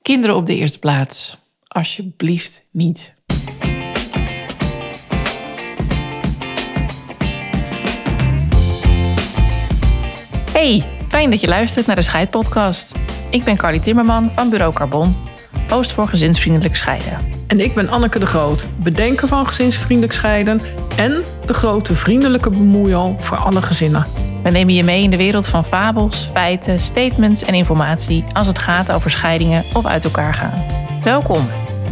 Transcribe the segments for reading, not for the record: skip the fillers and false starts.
kinderen op de eerste plaats. Alsjeblieft niet. Hey, fijn dat je luistert naar de Scheidpodcast. Ik ben Carly Timmerman van Bureau Carbon, host voor Gezinsvriendelijk Scheiden. En ik ben Anneke de Groot, bedenker van Gezinsvriendelijk Scheiden en de grote vriendelijke bemoeial voor alle gezinnen. We nemen je mee in de wereld van fabels, feiten, statements en informatie als het gaat over scheidingen of uit elkaar gaan. Welkom!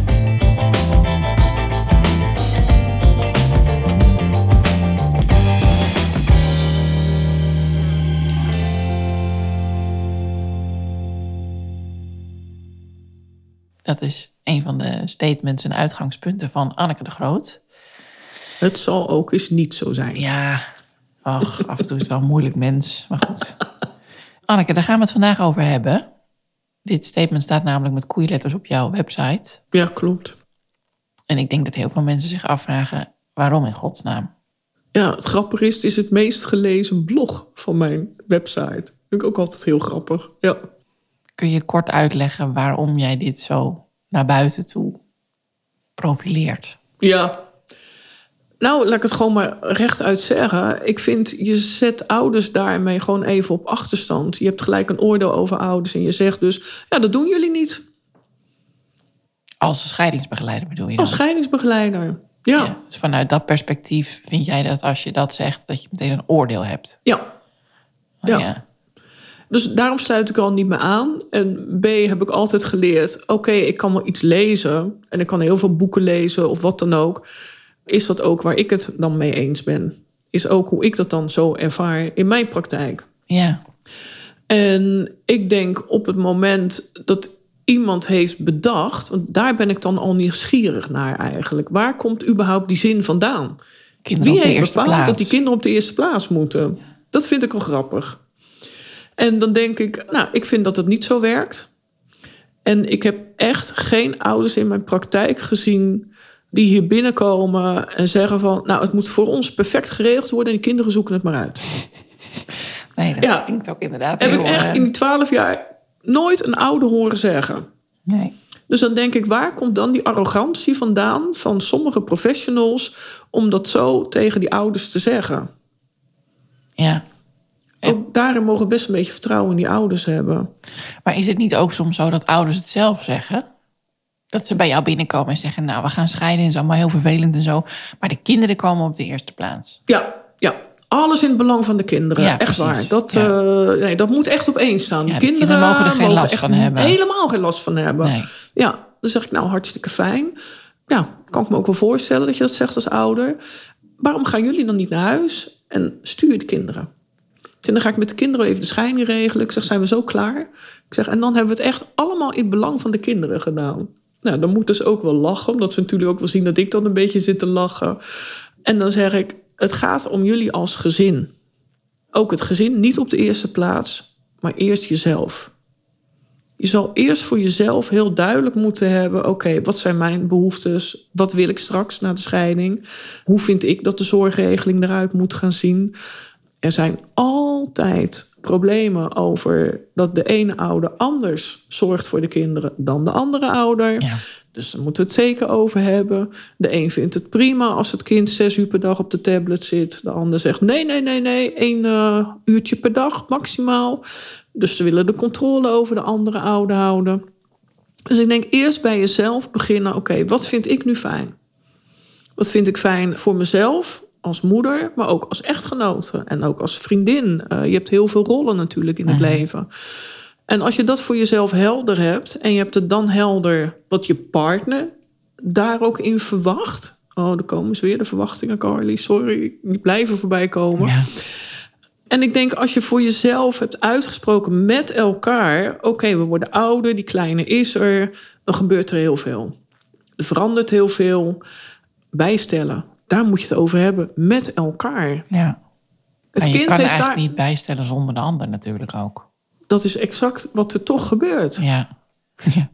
Dat is een van de statements en uitgangspunten van Anneke de Groot. Het zal ook eens niet zo zijn. Ja, ach, af en toe is het wel een moeilijk mens, maar goed. Anneke, daar gaan we het vandaag over hebben. Dit statement staat namelijk met koeienletters op jouw website. Ja, klopt. En ik denk dat heel veel mensen zich afvragen, waarom in godsnaam? Ja, het grappige is, het is het meest gelezen blog van mijn website. Vind ik ook altijd heel grappig, ja. Kun je kort uitleggen waarom jij dit zo naar buiten toe profileert? Ja. Nou, laat ik het gewoon maar rechtuit zeggen. Ik vind, je zet ouders daarmee gewoon even op achterstand. Je hebt gelijk een oordeel over ouders en je zegt dus, ja, dat doen jullie niet. Als scheidingsbegeleider bedoel je dan? Als scheidingsbegeleider, ja. Dus vanuit dat perspectief vind jij dat als je dat zegt, dat je meteen een oordeel hebt? Ja. Ja. Dus daarom sluit ik er al niet meer aan. En B, heb ik altijd geleerd, oké, ik kan wel iets lezen. En ik kan heel veel boeken lezen of wat dan ook. Is dat ook waar ik het dan mee eens ben? Is ook hoe ik dat dan zo ervaar in mijn praktijk. Ja. En ik denk op het moment dat iemand heeft bedacht, want daar ben ik dan al nieuwsgierig naar eigenlijk. Waar komt überhaupt die zin vandaan? Kinderen Wie op de heeft eerste bepaald plaats. dat die kinderen op de eerste plaats moeten? Dat vind ik wel grappig. En dan denk ik, nou, ik vind dat het niet zo werkt. En ik heb echt geen ouders in mijn praktijk gezien die hier binnenkomen en zeggen van, nou, het moet voor ons perfect geregeld worden en die kinderen zoeken het maar uit. Nee, dat klinkt ook inderdaad Heb heel... ik echt in die 12 jaar nooit een ouder horen zeggen. Nee. Dus dan denk ik, waar komt dan die arrogantie vandaan van sommige professionals om dat zo tegen die ouders te zeggen? Ja. Ook daarin mogen we best een beetje vertrouwen in die ouders hebben. Maar is het niet ook soms zo dat ouders het zelf zeggen? Dat ze bij jou binnenkomen en zeggen, nou, we gaan scheiden, het is allemaal heel vervelend en zo. Maar de kinderen komen op de eerste plaats. Ja. Alles in het belang van de kinderen. Ja, echt precies. waar. Dat moet echt op één staan. Ja, de kinderen mogen er geen last echt van hebben. Helemaal geen last van hebben. Nee. Ja, dan zeg ik, nou, hartstikke fijn. Ja, kan ik me ook wel voorstellen dat je dat zegt als ouder. Waarom gaan jullie dan niet naar huis en stuur de kinderen? En dan ga ik met de kinderen even de scheiding regelen. Ik zeg, zijn we zo klaar? Ik zeg, en dan hebben we het echt allemaal in het belang van de kinderen gedaan. Nou, dan moeten ze ook wel lachen. Omdat ze natuurlijk ook wel zien dat ik dan een beetje zit te lachen. En dan zeg ik, het gaat om jullie als gezin. Ook het gezin niet op de eerste plaats, maar eerst jezelf. Je zal eerst voor jezelf heel duidelijk moeten hebben, oké, wat zijn mijn behoeftes? Wat wil ik straks na de scheiding? Hoe vind ik dat de zorgregeling eruit moet gaan zien? Er zijn altijd problemen over dat de ene ouder anders zorgt voor de kinderen dan de andere ouder. Ja. Dus daar moeten we het zeker over hebben. De een vindt het prima als het kind 6 uur per dag op de tablet zit. De ander zegt nee, 1 uurtje per dag maximaal. Dus ze willen de controle over de andere ouder houden. Dus ik denk eerst bij jezelf beginnen. Oké, wat vind ik nu fijn? Wat vind ik fijn voor mezelf als moeder, maar ook als echtgenote en ook als vriendin. Je hebt heel veel rollen natuurlijk in het leven. En als je dat voor jezelf helder hebt en je hebt het dan helder wat je partner daar ook in verwacht. Oh, daar komen ze weer, de verwachtingen, Carly. Sorry, die blijven voorbij komen. Ja. En ik denk, als je voor jezelf hebt uitgesproken met elkaar, oké, we worden ouder, die kleine is er, dan gebeurt er heel veel. Er verandert heel veel. Bijstellen, daar moet je het over hebben met elkaar. Ja. Het je kind kan heeft eigenlijk daar... niet bijstellen zonder de ander natuurlijk ook. Dat is exact wat er toch gebeurt. Ja. Ja.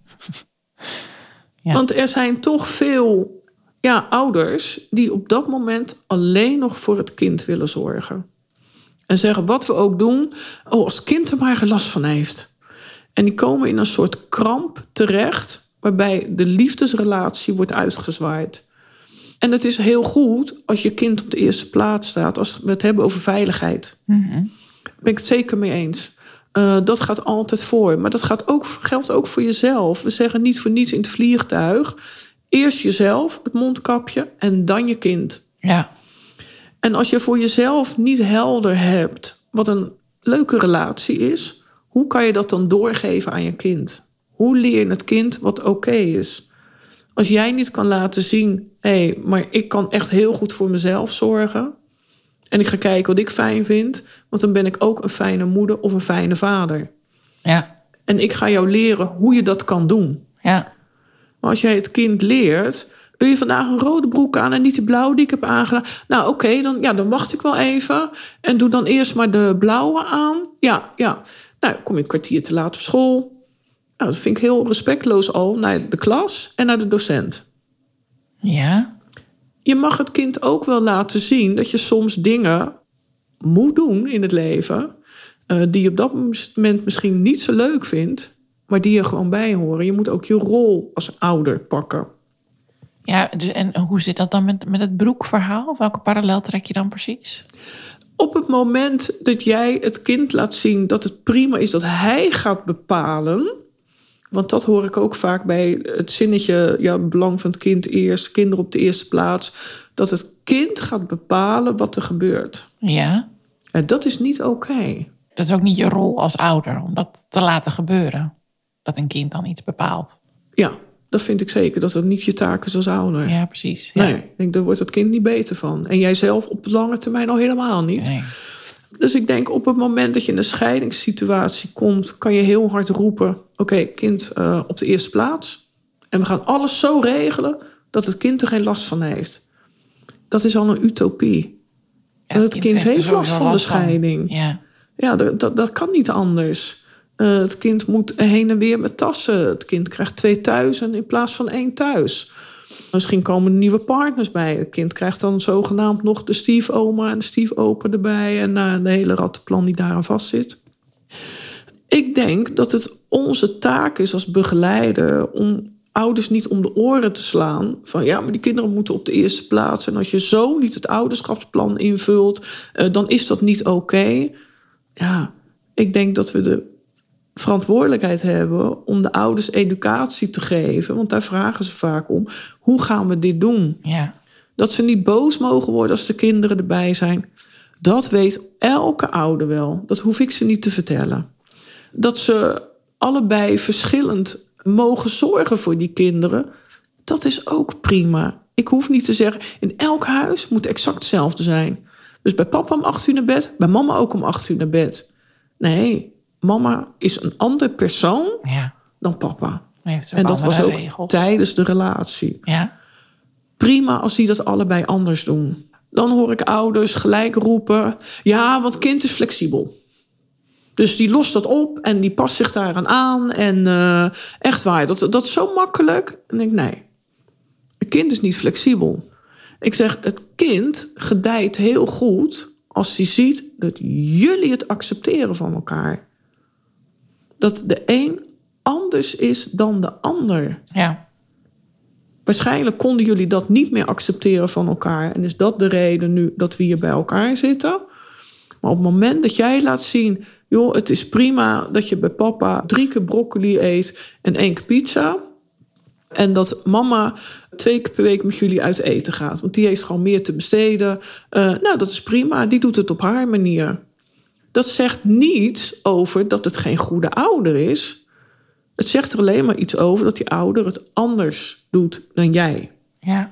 Ja. Want er zijn toch veel ouders die op dat moment alleen nog voor het kind willen zorgen. En zeggen, wat we ook doen, als het kind er maar geen last van heeft. En die komen in een soort kramp terecht, waarbij de liefdesrelatie wordt uitgezwaaid. En het is heel goed als je kind op de eerste plaats staat, als we het hebben over veiligheid. Mm-hmm. Daar ben ik het zeker mee eens. Dat gaat altijd voor. Maar dat geldt ook voor jezelf. We zeggen niet voor niets in het vliegtuig. Eerst jezelf, het mondkapje, en dan je kind. Ja. En als je voor jezelf niet helder hebt wat een leuke relatie is, hoe kan je dat dan doorgeven aan je kind? Hoe leer je het kind wat oké is? Als jij niet kan laten zien, hé, maar ik kan echt heel goed voor mezelf zorgen. En ik ga kijken wat ik fijn vind, want dan ben ik ook een fijne moeder of een fijne vader. Ja. En ik ga jou leren hoe je dat kan doen. Ja. Maar als jij het kind leert, wil je vandaag een rode broek aan en niet die blauwe die ik heb aangedaan? Nou oké, dan wacht ik wel even. En doe dan eerst maar de blauwe aan. Ja. Nou, kom je een kwartier te laat op school. Nou, dat vind ik heel respectloos al naar de klas en naar de docent. Ja. Je mag het kind ook wel laten zien dat je soms dingen moet doen in het leven, die je op dat moment misschien niet zo leuk vindt, maar die er gewoon bij horen. Je moet ook je rol als ouder pakken. Ja, dus, en hoe zit dat dan met het broekverhaal? Welke parallel trek je dan precies? Op het moment dat jij het kind laat zien dat het prima is dat hij gaat bepalen, want dat hoor ik ook vaak bij het zinnetje, ja, belang van het kind eerst, kinderen op de eerste plaats, dat het kind gaat bepalen wat er gebeurt. Ja. En dat is niet oké. Dat is ook niet je rol als ouder om dat te laten gebeuren. Dat een kind dan iets bepaalt. Ja, dat vind ik zeker, dat dat niet je taak is als ouder. Ja, precies. Ja. Nee, ik denk, daar wordt het kind niet beter van. En jij zelf op de lange termijn al helemaal niet. Nee. Dus ik denk, op het moment dat je in een scheidingssituatie komt, kan je heel hard roepen, oké, kind op de eerste plaats. En we gaan alles zo regelen dat het kind er geen last van heeft. Dat is al een utopie. Ja, het kind heeft er last sowieso van de scheiding. Ja. Ja, dat kan niet anders. Het kind moet heen en weer met tassen. Het kind krijgt 2 thuisen in plaats van 1 thuis. Misschien komen er nieuwe partners bij. Het kind krijgt dan zogenaamd nog de stiefoma en de stiefopa erbij. En de hele rattenplan die daaraan vastzit. Ik denk dat het onze taak is als begeleider om ouders niet om de oren te slaan. Van ja, maar die kinderen moeten op de eerste plaats. En als je zo niet het ouderschapsplan invult, dan is dat niet oké. Ja, ik denk dat we de verantwoordelijkheid hebben om de ouders educatie te geven. Want daar vragen ze vaak om. Hoe gaan we dit doen? Ja. Dat ze niet boos mogen worden als de kinderen erbij zijn. Dat weet elke ouder wel. Dat hoef ik ze niet te vertellen. Dat ze allebei verschillend mogen zorgen voor die kinderen. Dat is ook prima. Ik hoef niet te zeggen, in elk huis moet exact hetzelfde zijn. Dus bij papa om 8 uur naar bed, bij mama ook om 8 uur naar bed. Nee, mama is een ander persoon dan papa. En dat was ook regels. Tijdens de relatie. Ja. Prima als die dat allebei anders doen. Dan hoor ik ouders gelijk roepen, ja, want kind is flexibel. Dus die lost dat op en die past zich daaraan aan. En echt waar, dat is zo makkelijk. En ik denk, nee, een kind is niet flexibel. Ik zeg, het kind gedijt heel goed als hij ziet dat jullie het accepteren van elkaar. Dat de een anders is dan de ander. Ja. Waarschijnlijk konden jullie dat niet meer accepteren van elkaar. En is dat de reden nu dat we hier bij elkaar zitten? Maar op het moment dat jij laat zien, joh, het is prima dat je bij papa 3 keer broccoli eet en 1 keer pizza. En dat mama 2 keer per week met jullie uit eten gaat. Want die heeft gewoon meer te besteden. Nou, dat is prima. Die doet het op haar manier. Dat zegt niets over dat het geen goede ouder is. Het zegt er alleen maar iets over dat die ouder het anders doet dan jij. Ja.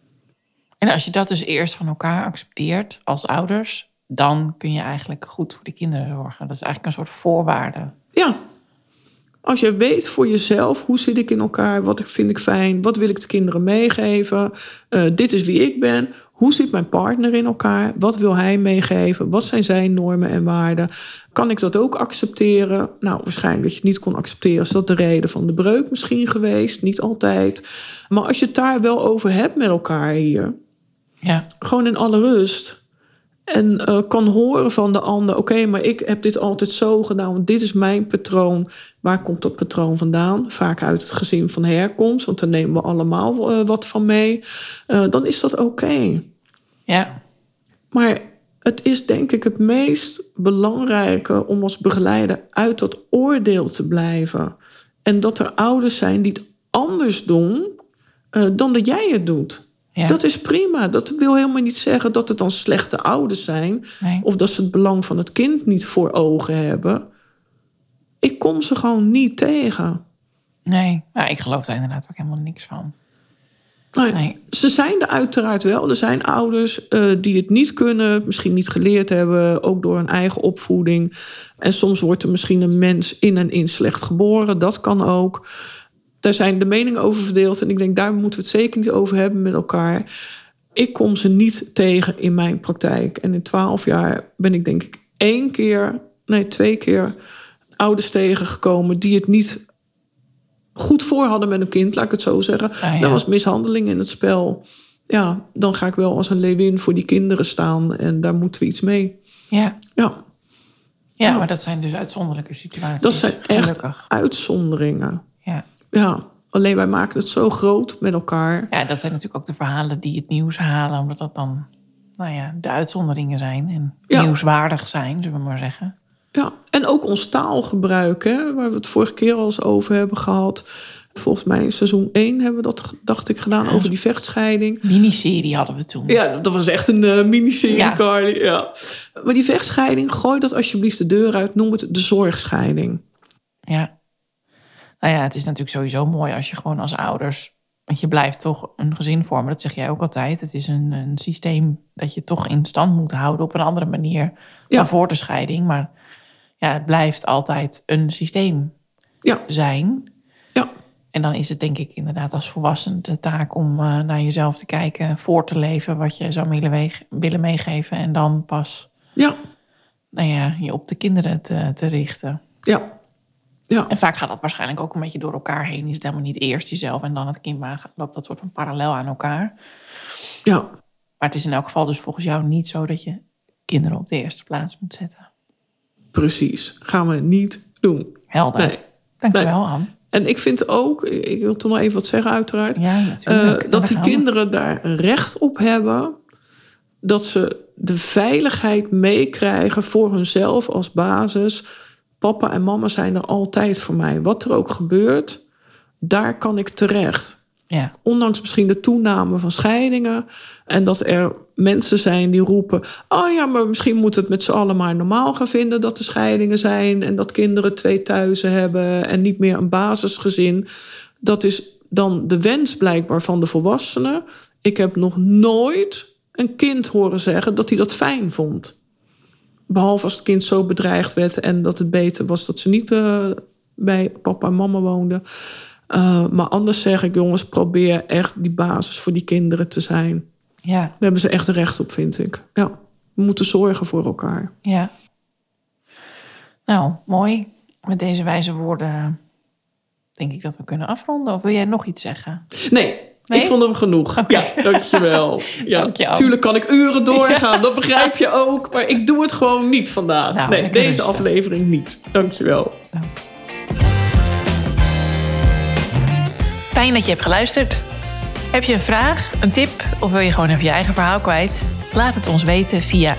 En als je dat dus eerst van elkaar accepteert als ouders, dan kun je eigenlijk goed voor de kinderen zorgen. Dat is eigenlijk een soort voorwaarde. Ja. Als je weet voor jezelf, hoe zit ik in elkaar, wat vind ik fijn, wat wil ik de kinderen meegeven, dit is wie ik ben, hoe zit mijn partner in elkaar, wat wil hij meegeven, wat zijn zijn normen en waarden, kan ik dat ook accepteren? Nou, waarschijnlijk dat je het niet kon accepteren, is dat de reden van de breuk misschien geweest, niet altijd. Maar als je het daar wel over hebt met elkaar hier, gewoon in alle rust, En kan horen van de ander, oké, maar ik heb dit altijd zo gedaan, want dit is mijn patroon. Waar komt dat patroon vandaan? Vaak uit het gezin van herkomst, want daar nemen we allemaal wat van mee. Dan is dat oké. Ja. Maar het is denk ik het meest belangrijke om als begeleider uit dat oordeel te blijven. En dat er ouders zijn die het anders doen dan dat jij het doet. Ja. Dat is prima. Dat wil helemaal niet zeggen dat het dan slechte ouders zijn. Nee. Of dat ze het belang van het kind niet voor ogen hebben. Ik kom ze gewoon niet tegen. Nee, ja, ik geloof daar inderdaad ook helemaal niks van. Nee. Ze zijn er uiteraard wel. Er zijn ouders die het niet kunnen, misschien niet geleerd hebben, ook door hun eigen opvoeding. En soms wordt er misschien een mens in en in slecht geboren. Dat kan ook. Daar zijn de meningen over verdeeld. En ik denk, daar moeten we het zeker niet over hebben met elkaar. Ik kom ze niet tegen in mijn praktijk. En in 12 jaar ben ik denk ik 2 keer ouders tegengekomen die het niet goed voor hadden met een kind, laat ik het zo zeggen. Ja. Er was mishandeling in het spel. Ja, dan ga ik wel als een leeuwin voor die kinderen staan. En daar moeten we iets mee. Ja. Ja. Ja, maar dat zijn dus uitzonderlijke situaties. Dat zijn gelukkig. echt uitzonderingen. Ja. Ja, alleen wij maken het zo groot met elkaar. Ja, dat zijn natuurlijk ook de verhalen die het nieuws halen, omdat dat dan de uitzonderingen zijn en nieuwswaardig zijn, zullen we maar zeggen. Ja, en ook ons taalgebruik, hè, waar we het vorige keer al eens over hebben gehad. Volgens mij in seizoen 1 hebben we dat, dacht ik, gedaan over die vechtscheiding. Miniserie hadden we toen. Ja, dat was echt een miniserie, Ja. Carly. Ja. Maar die vechtscheiding, gooi dat alsjeblieft de deur uit. Noem het de zorgscheiding. Ja. Nou ja, het is natuurlijk sowieso mooi als je gewoon als ouders, want je blijft toch een gezin vormen. Dat zeg jij ook altijd. Het is een systeem dat je toch in stand moet houden op een andere manier dan voor de scheiding. Maar ja, het blijft altijd een systeem zijn. Ja. En dan is het denk ik inderdaad als volwassene de taak om naar jezelf te kijken, voor te leven wat je zou willen meegeven. En dan pas je op de kinderen te richten. Ja. Ja. En vaak gaat dat waarschijnlijk ook een beetje door elkaar heen. Is het helemaal niet eerst jezelf en dan het kind, maar loopt dat soort van parallel aan elkaar. Ja. Maar het is in elk geval dus volgens jou niet zo dat je kinderen op de eerste plaats moet zetten. Precies. Gaan we niet doen. Helder. Nee. Dankjewel, Anne. En ik vind ook, ik wil toch nog even wat zeggen uiteraard. Ja, natuurlijk. Dat die kinderen daar recht op hebben. Dat ze de veiligheid meekrijgen voor hunzelf als basis. Papa en mama zijn er altijd voor mij. Wat er ook gebeurt, daar kan ik terecht. Ja. Ondanks misschien de toename van scheidingen. En dat er mensen zijn die roepen, oh ja, maar misschien moet het met z'n allen maar normaal gaan vinden dat er scheidingen zijn. En dat kinderen 2 thuizen hebben en niet meer een basisgezin. Dat is dan de wens blijkbaar van de volwassenen. Ik heb nog nooit een kind horen zeggen dat hij dat fijn vond. Behalve als het kind zo bedreigd werd en dat het beter was dat ze niet bij papa en mama woonden. Maar anders zeg ik, jongens, probeer echt die basis voor die kinderen te zijn. Ja. Daar hebben ze echt recht op, vind ik. Ja, we moeten zorgen voor elkaar. Ja. Nou, mooi. Met deze wijze woorden denk ik dat we kunnen afronden. Of wil jij nog iets zeggen? Nee? Ik vond hem genoeg. Okay. Ja, dankjewel. Ja, Dankjewel. Tuurlijk kan ik uren doorgaan, dat begrijp je ook. Maar ik doe het gewoon niet vandaag. Nou, nee, deze rustig. aflevering niet. Dankjewel. Nou. Fijn dat je hebt geluisterd. Heb je een vraag, een tip of wil je gewoon even je eigen verhaal kwijt? Laat het ons weten via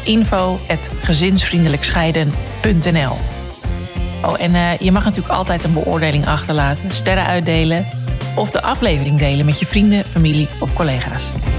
info@gezinsvriendelijkscheiden.nl. Oh, en je mag natuurlijk altijd een beoordeling achterlaten, sterren uitdelen of de aflevering delen met je vrienden, familie of collega's.